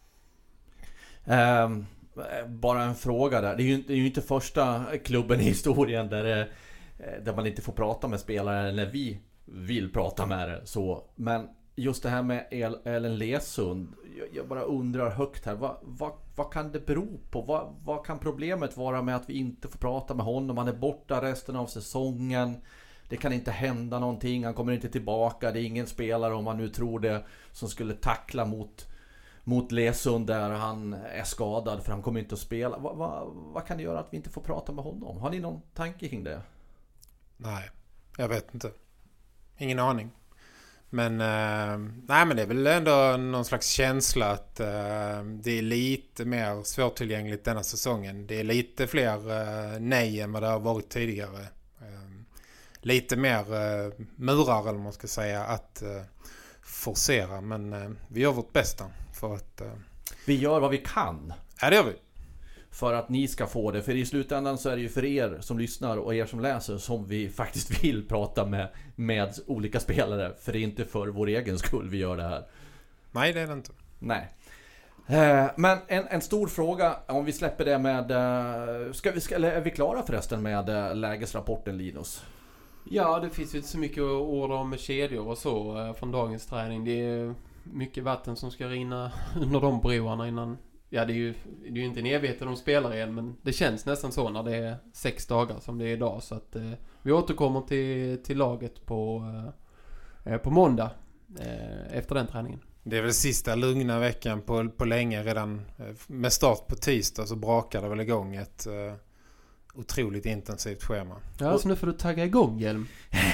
Bara en fråga där. Det är ju inte första klubben i historien där man inte får prata med spelare när vi vill prata med det så. Men just det här med Erlend Lesund, jag bara undrar högt här, vad kan det bero på? Vad kan problemet vara med att vi inte får prata med honom? Han är borta resten av säsongen. Det kan inte hända någonting. Han kommer inte tillbaka. Det är ingen spelare, om man nu tror det, som skulle tackla mot Lesund där han är skadad, för han kommer inte att spela. Vad kan det göra att vi inte får prata med honom? Har ni någon tanke kring det? Nej, jag vet inte. Ingen aning. Men men det är väl ändå någon slags känsla att det är lite mer svårtillgängligt denna säsongen. Det är lite fler nej än vad det har varit tidigare. Lite mer murar, eller man ska säga, att forcera. Men vi gör vårt bästa för att... Vi gör vad vi kan. Ja, det gör vi. För att ni ska få det. För i slutändan så är det ju för er som lyssnar och er som läser som vi faktiskt vill prata med olika spelare. För det är inte för vår egen skull vi gör det här. Nej, det är det inte. Nej. Men en stor fråga, om vi släpper det med... är vi klara förresten med lägesrapporten, Linus? Ja, det finns ju inte så mycket ord om kedjor och så från dagens träning. Det är mycket vatten som ska rinna under de broarna innan... Ja, det är ju inte en evighet de spelar igen, men det känns nästan så när det är 6 dagar som det är idag. Så att vi återkommer till laget på måndag efter den träningen. Det är väl sista lugna veckan på länge redan. Med start på tisdag så brakar det väl igång ett otroligt intensivt schema. Ja, så nu får du tagga igång, Hjelm.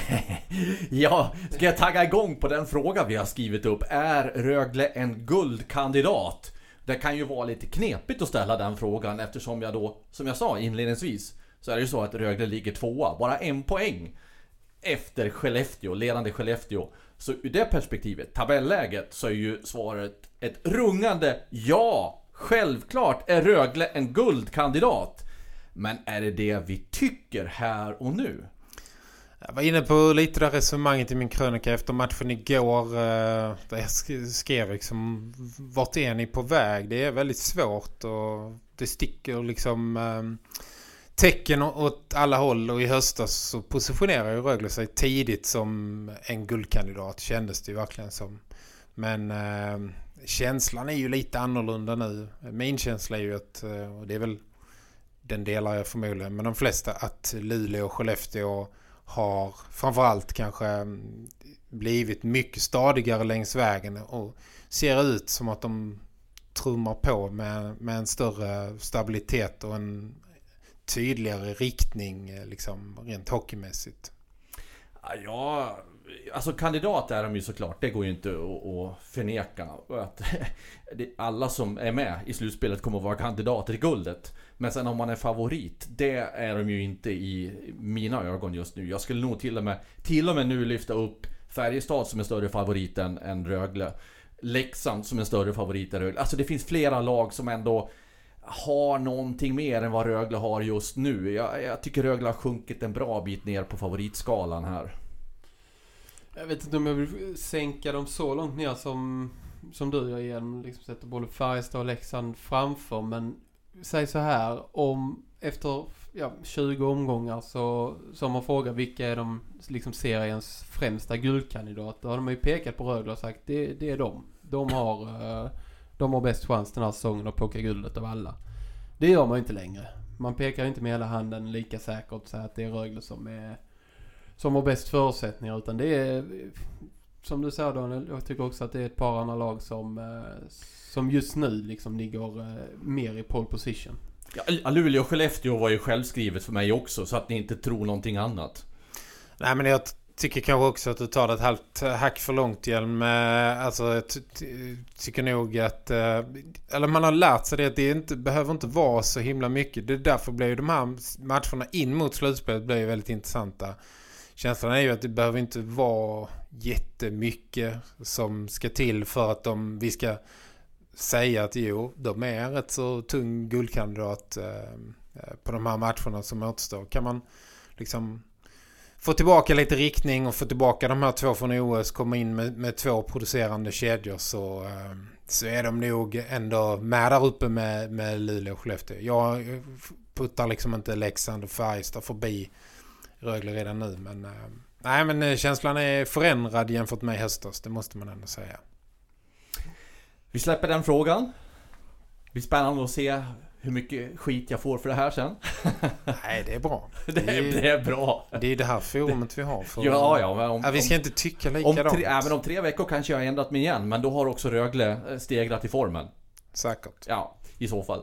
Ja, ska jag tagga igång på den fråga vi har skrivit upp? Är Rögle en guldkandidat? Det kan ju vara lite knepigt att ställa den frågan eftersom jag då, som jag sa inledningsvis, så är det ju så att Rögle ligger 2, bara 1 poäng efter Skellefteå, ledande Skellefteå. Så ur det perspektivet, tabelläget, så är ju svaret ett rungande ja. Självklart är Rögle en guldkandidat. Men är det vi tycker här och nu? Jag var inne på lite där resonemanget i min krönika efter matchen igår. Där jag skrev liksom, vart är ni på väg? Det är väldigt svårt och det sticker liksom tecken åt alla håll. Och i höstas så positionerar ju Rögle sig tidigt som en guldkandidat, kändes det ju verkligen som. Men känslan är ju lite annorlunda nu. Min känsla är ju att, och det är väl den delar jag förmodligen, men de flesta, att Luleå och Skellefteå har framförallt kanske blivit mycket stadigare längs vägen och ser ut som att de trummar på med en större stabilitet och en tydligare riktning liksom rent hockeymässigt. Ja, alltså kandidat är de ju såklart. Det går ju inte att förneka att alla som är med i slutspelet kommer att vara kandidater i guldet. Men sen om man är favorit, det är de ju inte i mina ögon just nu. Jag skulle nog till och med nu lyfta upp Färjestad som en större favorit än Rögle. Leksand som en större favorit än Rögle. Alltså det finns flera lag som ändå har någonting mer än vad Rögle har just nu. Jag tycker Rögle har sjunkit en bra bit ner på favoritskalan här. Jag vet inte om jag vill sänka dem så långt ner som du gör igen. Liksom sätter både Färjestad och Leksand framför. Men säg så här, om efter 20 omgångar så man frågar vilka är de liksom seriens främsta guldkandidat. Då har de ju pekat på Rögle och sagt det är de. De har bäst chans den här säsongen att plocka guldet av alla. Det gör man ju inte längre. Man pekar inte med hela handen lika säkert så att det är Rögle som har bäst förutsättningar, utan det är, som du säger Daniel, jag tycker också att det är ett par andra lag som just nu liksom ligger mer i pole position. Ja, Luleå och Skellefteå var ju självskrivet för mig också, så att ni inte tror någonting annat. Nej, men jag tycker kanske också att du tar det ett halvt hack för långt igen. Alltså, jag tycker nog att eller man har lärt sig det att det inte behöver inte vara så himla mycket. Det är därför blir ju de här matcherna in mot slutspelet blir ju väldigt intressanta. Känslan är ju att det behöver inte vara jättemycket som ska till för att vi ska säga att de är rätt så tung guldkandidat på de här matcherna som återstår. Kan man liksom få tillbaka lite riktning och få tillbaka de här 2 från OS, komma in med 2 producerande kedjor, så är de nog ändå med där uppe med Luleå och Skellefteå. Jag puttar liksom inte Leksand och Färjestad förbi Rögle redan nu, men känslan är förändrad jämfört med höstas, det måste man ändå säga. Vi släpper den frågan. Det blir spännande att se hur mycket skit jag får för det här sen. Nej, det är bra. Det är bra. Det är det här forumet vi har. För vi ska inte tycka likadant. Även om 3 veckor kanske jag har ändrat mig igen, men då har också Rögle stegrat i formen. Säkert. Ja, i så fall.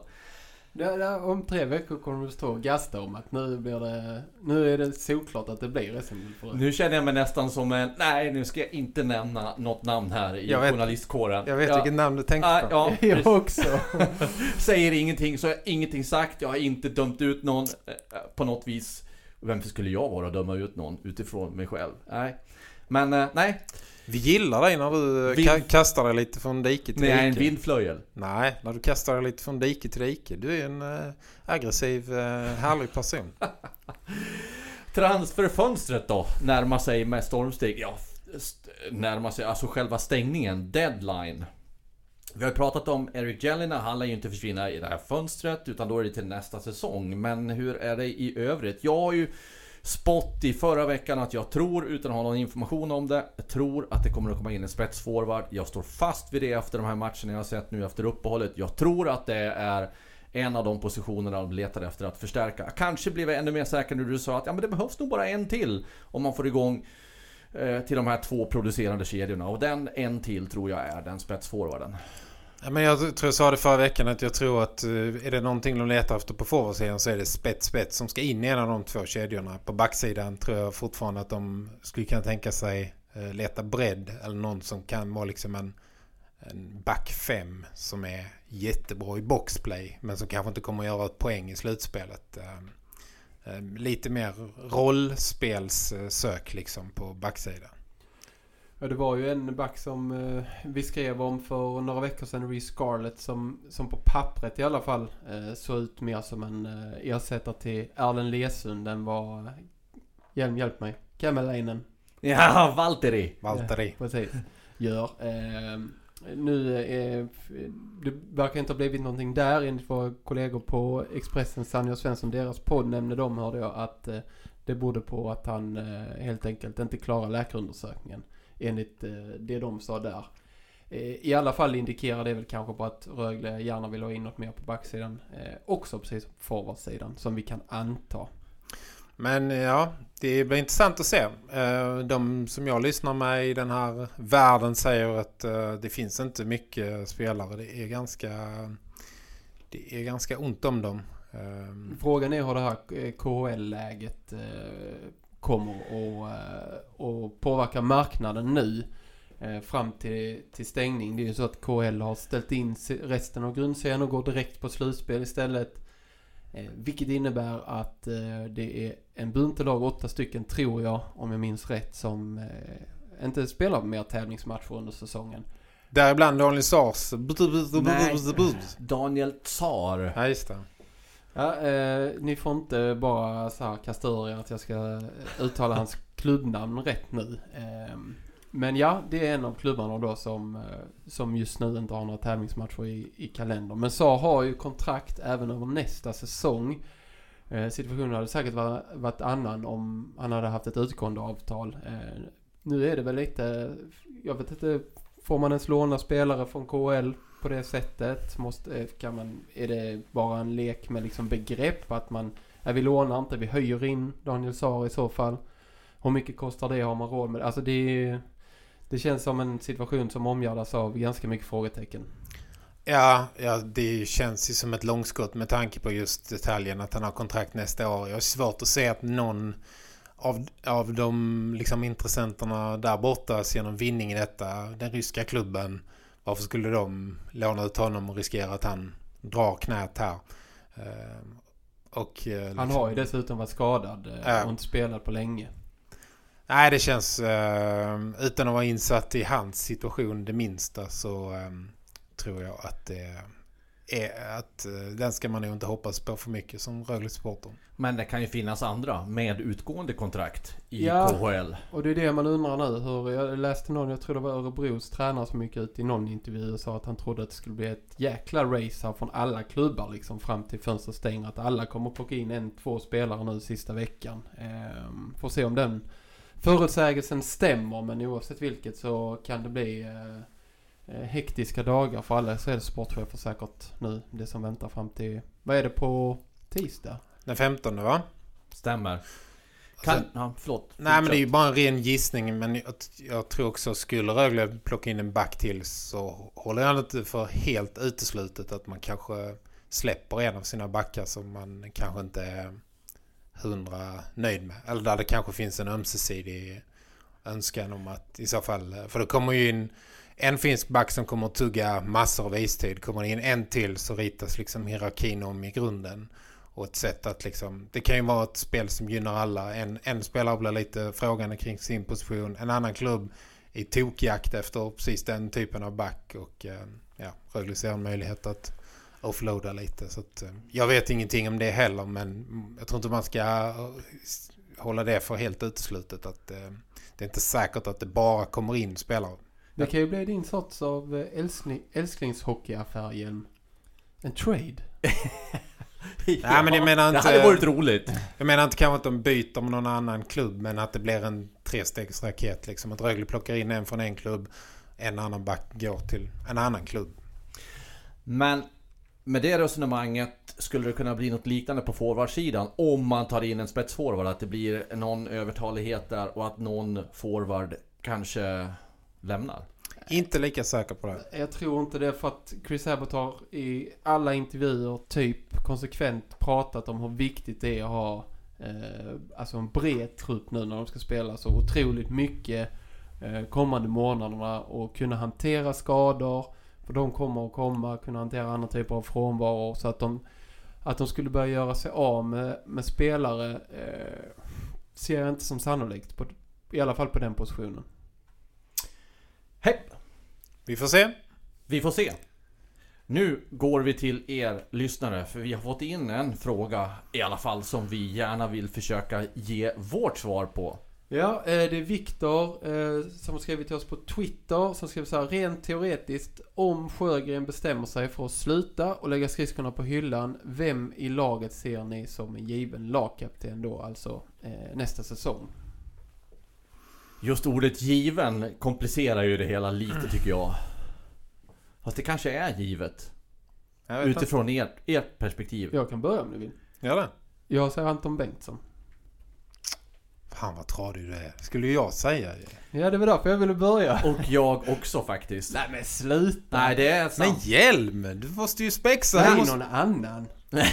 Om 3 veckor kommer det stå och gasta om att nu är det såklart att det blir SM-guld. Nu känner jag mig nästan som nej, nu ska jag inte nämna något namn här i journalistkåren. Jag vet vilket namn du tänkte på. Ja, jag också. Säger ingenting, så jag har ingenting sagt. Jag har inte dömt ut någon på något vis. Vem skulle jag vara att döma ut någon utifrån mig själv? Nej. Men nej. Vi gillar dig när du kastar dig lite från dike till dike. Nej, en vindflöjel. Nej, när du kastar dig lite från dike till dike. Du är en aggressiv, härlig person. Transferfönstret då närmar sig med stormsteg. Ja, närmar sig alltså själva stängningen, deadline. Vi har pratat om Erik Jelena, han lär ju inte försvinna i det här fönstret, utan då är det till nästa säsong. Men hur är det i övrigt? Jag har ju spott i förra veckan att jag tror, utan att ha någon information om det, jag tror att det kommer att komma in en spetsforward. Jag står fast vid det efter de här matcherna jag har sett nu efter uppehållet. Jag tror att det är en av de positionerna de letar efter att förstärka. Kanske blev jag ännu mer säker när du sa att men det behövs nog bara en till om man får igång till de här 2 producerande kedjorna. Och den en till tror jag är den spetsforwarden. Ja, men jag tror jag sa det förra veckan att jag tror att är det någonting de letar efter på forwardsidan så är det spets som ska in i en av de 2 kedjorna. På backsidan tror jag fortfarande att de skulle kunna tänka sig leta bredd eller någon som kan vara liksom en back 5 som är jättebra i boxplay men som kanske inte kommer att göra ett poäng i slutspelet. Lite mer rollspelssök liksom på backsidan. Ja, det var ju en back som vi skrev om för några veckor sedan, Reece Scarlett, som på pappret i alla fall såg ut mer som en ersättare till Erlen Lesund. Den var, hjälp mig, Kämmeläinen. Ja, Valtteri. Precis. Nu det verkar inte ha blivit någonting där. Enligt våra kollegor på Expressen, Sanja och Svensson, deras podd nämnde de, hörde jag, att det berodde på att han helt enkelt inte klarar läkarundersökningen. Enligt det de sa där. I alla fall indikerar det väl kanske på att Rögle gärna vill ha in något mer på backsidan. Också precis som på forwardsidan, som vi kan anta. Men ja, det blir intressant att se. De som jag lyssnar med i den här världen säger att det finns inte mycket spelare. Det är ganska ont om dem. Frågan är hur det här KHL-läget kommer att påverka marknaden nu fram till stängning. Det är ju så att KHL har ställt in resten av grundserien och går direkt på slutspel istället. Vilket innebär att det är en buntelag, 8 stycken tror jag, om jag minns rätt, som inte spelar mer tävlingsmatcher under säsongen. Däribland Daniel Sars. Daniel Tsar. Ja, just det. Ja, ni får inte bara så här kasta ur er att jag ska uttala hans klubbnamn rätt nu. Men ja, det är en av klubbarna då som just nu inte har några tävlingsmatcher i kalendern. Men Sarr har ju kontrakt även över nästa säsong. Situationen hade säkert varit annan om han hade haft ett utgående avtal. Nu är det väl lite, jag vet inte, får man ens låna spelare från KHL på det sättet? Är det bara en lek med liksom begrepp att vi lånar inte, vi höjer in Daniel Sarr i så fall. Hur mycket kostar det, har man råd med? Alltså det känns som en situation som omgärdas av ganska mycket frågetecken. Ja, det känns ju som ett långskott med tanke på just detaljen att han har kontrakt nästa år. Jag har svårt att se att någon av de liksom intressenterna där borta ser någon vinning i detta. Den ryska klubben, varför skulle de låna ut honom och riskera att han drar knät här? Han har ju dessutom varit skadad och inte spelat på länge. Nej, det känns utan att vara insatt i hans situation det minsta, så tror jag att det är att den ska man ju inte hoppas på för mycket som Rögle-supporter. Men det kan ju finnas andra med utgående kontrakt i KHL. Och det är det man undrar nu. Jag läste jag tror det var Örebros tränare som gick ut i någon intervju och sa att han trodde att det skulle bli ett jäkla race här från alla klubbar liksom fram till fönstret stänger. Att alla kommer att plocka in 1-2 spelare nu sista veckan. Får se om den förutsägelsen stämmer, men oavsett vilket så kan det bli hektiska dagar för alla sportchefer säkert nu, det som väntar fram till, vad är det på tisdag? Den 15, va? Stämmer. Förlåt. Nej, men det är ju bara en ren gissning, men jag tror också skulle Rögle plocka in en back till, så håller jag inte för helt uteslutet att man kanske släpper en av sina backar som man kanske inte är 100 nöjd med. Eller där det kanske finns en ömsesidig önskan om att i så fall, för det kommer ju in en finsk back som kommer att tugga massor av istid, kommer in en till så ritas liksom hierarkin om i grunden. Och ett sätt att liksom, det kan ju vara ett spel som gynnar alla. En spelare blir lite frågande kring sin position. En annan klubb i tokjakt efter precis den typen av back. Och Rögle ser en möjlighet att offloada lite. Så att, jag vet ingenting om det heller, men jag tror inte man ska hålla det för helt uteslutet. Att det är inte säkert att det bara kommer in spelare. Det kan ju bli din sorts av älsklingshockeyaffär igen. En trade. Nej, men jag menar inte, det hade varit roligt. Jag menar inte kanske att de byter med någon annan klubb, men att det blir en 3-stegsraket liksom. Att Rögle plockar in en från en klubb, en annan back går till en annan klubb. Men med det resonemanget skulle det kunna bli något liknande på forwardsidan om man tar in en spetsforward, att det blir någon övertalighet där och att någon forward kanske lämnar. Inte lika säker på det. Jag tror inte det, för att Chris Abbott har i alla intervjuer typ konsekvent pratat om hur viktigt det är att ha alltså en bred trupp nu när de ska spela så otroligt mycket kommande månaderna och kunna hantera skador, för de kommer att kunna hantera andra typer av frånvaro, så att de skulle börja göra sig av med spelare ser jag inte som sannolikt i alla fall på den positionen. Hej! Vi får se. Nu går vi till er lyssnare, för vi har fått in en fråga i alla fall som vi gärna vill försöka ge vårt svar på. Ja, det är Viktor som har skrivit till oss på Twitter, som skriver så här: rent teoretiskt, om Sjögren bestämmer sig för att sluta och lägga skridskorna på hyllan, vem i laget ser ni som en given lagkapten då, alltså nästa säsong? Just ordet given komplicerar ju det hela lite, tycker jag. Fast det kanske är givet. Utifrån ert perspektiv. Jag kan börja om du vill. Ja det. Jag säger Anton Bengtsson. Fan vad tradig du är. Skulle jag säga det? Ja, det var därför jag ville börja. Och jag också faktiskt. Nej men sluta. Nej, det är sant. Men hjälm, du måste ju spexa. Nej, någon annan.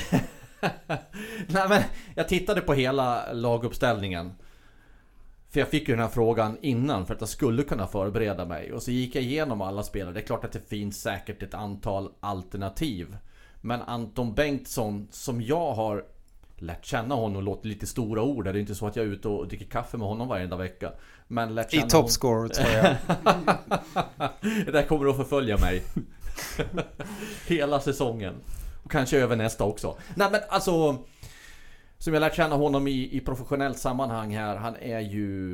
Nej, men jag tittade på hela laguppställningen. För jag fick ju den här frågan innan för att jag skulle kunna förbereda mig. Och så gick jag igenom alla spelare. Det är klart att det finns säkert ett antal alternativ. Men Anton Bengtsson, som jag har lärt känna honom, låter lite stora ord. Det är inte så att jag är ute och dricker kaffe med honom varje vecka. Men lärt känna i topscore tror jag. Det där kommer att förfölja mig. Hela säsongen. Och kanske över nästa också. Nej men alltså, som jag lärt känna honom i professionellt sammanhang här, han är ju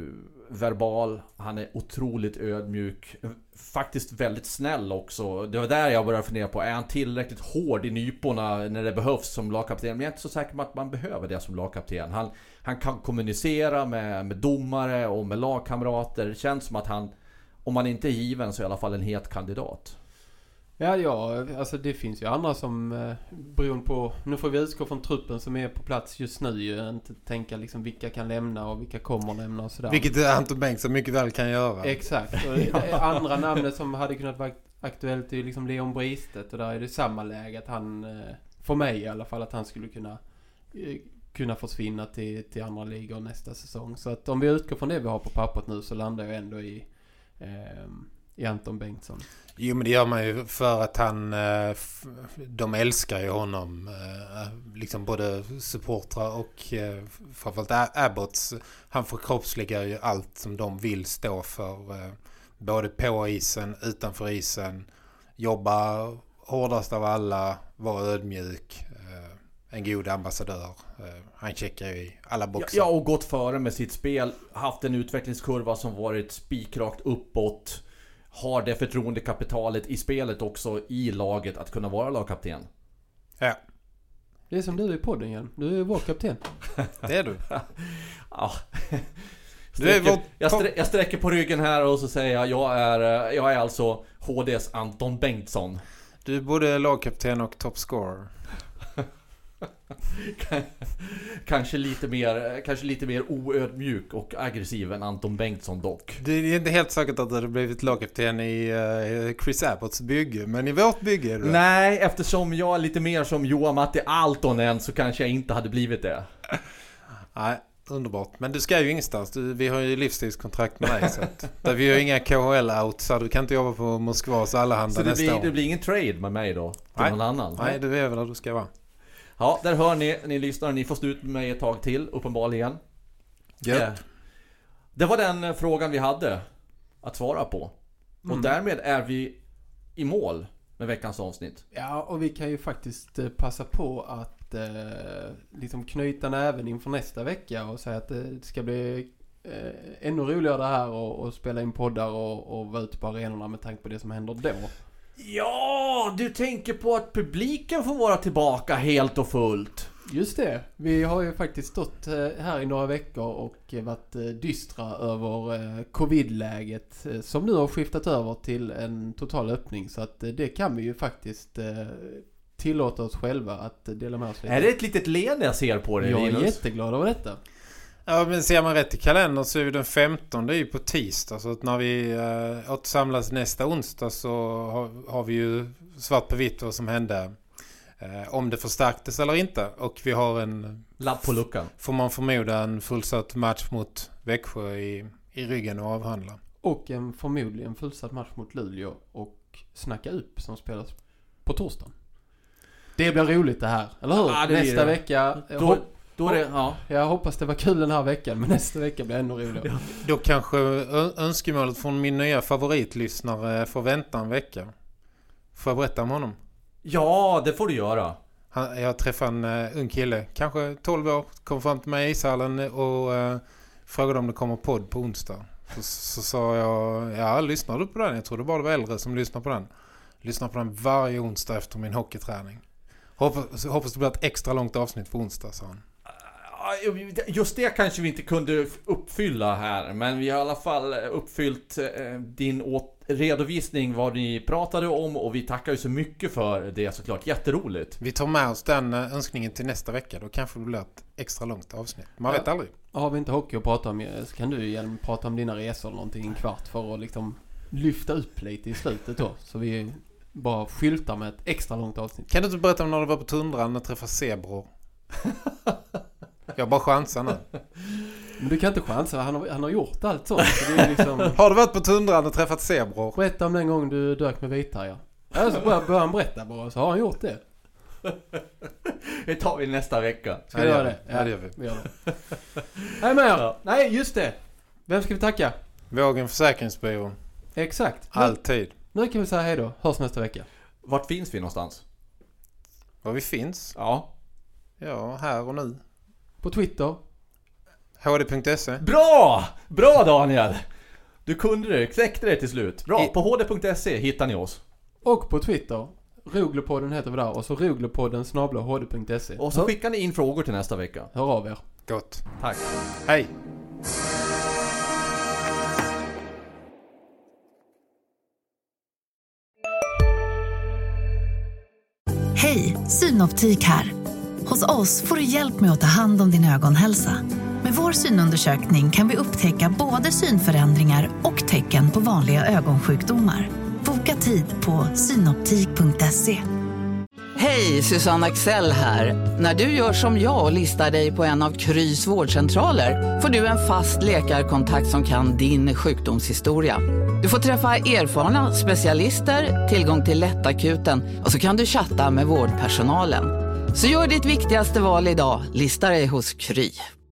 verbal, han är otroligt ödmjuk, faktiskt väldigt snäll också. Det var där jag började fundera på, är han tillräckligt hård i nyporna när det behövs som lagkapten? Men jag är inte så säker på att man behöver det som lagkapten. Han kan kommunicera med domare och med lagkamrater. Det känns som att han, om man inte är given, så är i alla fall en het kandidat. Ja, alltså det finns ju andra som beroende på, nu får vi utgå från truppen som är på plats just nu ju, inte tänka liksom vilka kan lämna och vilka kommer lämna och sådär. Vilket Anton Bengtsson mycket väl kan göra. Exakt, och det andra namnet som hade kunnat vara aktuellt är ju liksom Leon Bristet, och där är det samma läge att han, för mig i alla fall, att han skulle kunna försvinna till andra ligor nästa säsong. Så att om vi utgår från det vi har på pappret nu, så landar jag ändå i Anton Bengtsson. Jo, men det gör man ju för att de älskar ju honom, liksom både supportrar och framförallt Abbots. Han förkroppsligar ju allt som de vill stå för, både på isen, utanför isen, jobba hårdast av alla, vara ödmjuk, en god ambassadör. Han checkar ju i alla boxar. Ja, och gått före med sitt spel, haft en utvecklingskurva som varit spikrakt uppåt. Har det förtroendekapitalet i spelet också, i laget, att kunna vara lagkapten. Ja. Det är som du är i podden igen. Du är vår kapten. Det är du. Ja. Jag sträcker på ryggen här och så säger jag är alltså HDs Anton Bengtsson. Du är både lagkapten och topscorer. Kanske lite mer oödmjuk och aggressiv än Anton Bengtsson dock. Det är inte helt säkert att det hade blivit lagkapten i Chris Abbotts bygge, men i vårt bygge är det. Nej, eftersom jag är lite mer som Johan Matti Altonen, så kanske jag inte hade blivit det. Nej, underbart. Men du ska ju ingenstans. Vi har ju livstidskontrakt med dig, så att, där vi har inga KHL-out, så du kan inte jobba på Moskvas allehanda nästa år. Så det blir ingen trade med mig då? Till någon annan? Nej, du är väl där du ska vara. Ja, där hör ni lyssnar. Ni får stå ut med mig ett tag till, uppenbarligen. Yep. Det var den frågan vi hade att svara på. Och därmed är vi i mål med veckans avsnitt. Ja, och vi kan ju faktiskt passa på att liksom knyta näven inför nästa vecka och säga att det ska bli ännu roligare det här och spela in poddar och vara ute på arenorna med tanke på det som händer då. Ja, du tänker på att publiken får vara tillbaka helt och fullt. Just det. Vi har ju faktiskt stått här i några veckor och varit dystra över covid-läget som nu har skiftat över till en total öppning. Så att det kan vi ju faktiskt tillåta oss själva att dela med oss lite. Är det ett litet leende jag ser på dig, Jag är Linus? jätteglad över detta. Ja, men ser man rätt i kalendern så är ju den 15, det är ju på tisdag. Så att när vi samlas nästa onsdag så har vi ju svart på vitt vad som hände. Om det förstärktes eller inte. Och vi har en lapp på luckan. Får man förmoda en fullsatt match mot Växjö i ryggen och avhandla. Och en förmodligen fullsatt match mot Luleå och Snacka upp som spelas på torsdagen. Det blir roligt det här, eller hur? Ja, nästa vecka... Jag hoppas det var kul den här veckan, men nästa vecka blir ännu roligare. Då kanske önskemålet från min nya favoritlyssnare får vänta en vecka. Får jag berätta om honom? Ja, det får du göra. Jag träffade en ung kille, kanske 12 år, kom fram till mig i ishallen och frågade om det kommer podd på onsdag. Så sa jag, ja, lyssnar du på den? Jag trodde bara det var äldre som lyssnar på den. Lyssnar på den varje onsdag efter min hockeyträning. Hoppas det blir ett extra långt avsnitt på onsdag, sa han. Just det kanske vi inte kunde uppfylla här, men vi har i alla fall uppfyllt din redovisning vad ni pratade om, och vi tackar ju så mycket för det, såklart. Jätteroligt. Vi tar med oss den önskningen till nästa vecka. Då kanske det blir ett extra långt avsnitt. Man vet aldrig. Har vi inte hockey att prata om, så kan du igen prata om dina resor eller någonting en kvart för att liksom lyfta upp lite i slutet då. Så vi bara skyltar med ett extra långt avsnitt. Kan du inte berätta om när du var på tundran och träffade zebror? Jag bara chansar nu. Men du kan inte chansa, han har gjort allt sånt. Så det är liksom... Har du varit på tundran och träffat zebror? Berätta om den gång du dök med vithajar. Så börjar han berätta bara, så har han gjort det. Det tar vi nästa vecka. Ska vi göra det? Ja, det gör vi. Gör det. Nej, men nej, just det. Vem ska vi tacka? Vågen Försäkringsbyrå. Exakt. Alltid. Nu kan vi säga hej då. Hörs nästa vecka. Vart finns vi någonstans? Var vi finns? Ja. Ja, här och nu. På Twitter. hd.se. Bra Daniel! Du kunde det, knäckte det till slut. Bra, på hd.se hittar ni oss. Och på Twitter. Roglepodden heter vi där. Och så roglepodden@hd.se. Och så skickar ni in frågor till nästa vecka. Hör av er. Gott. Tack. Hej. Hej, Synoptik här. Hos oss får du hjälp med att ta hand om din ögonhälsa. Med vår synundersökning kan vi upptäcka både synförändringar och tecken på vanliga ögonsjukdomar. Boka tid på synoptik.se. Hej, Susanne Axel här. När du gör som jag och listar dig på en av Krys vårdcentraler får du en fast läkarkontakt som kan din sjukdomshistoria. Du får träffa erfarna specialister, tillgång till lättakuten och så kan du chatta med vårdpersonalen. Så gör ditt viktigaste val idag, lista dig hos Kry.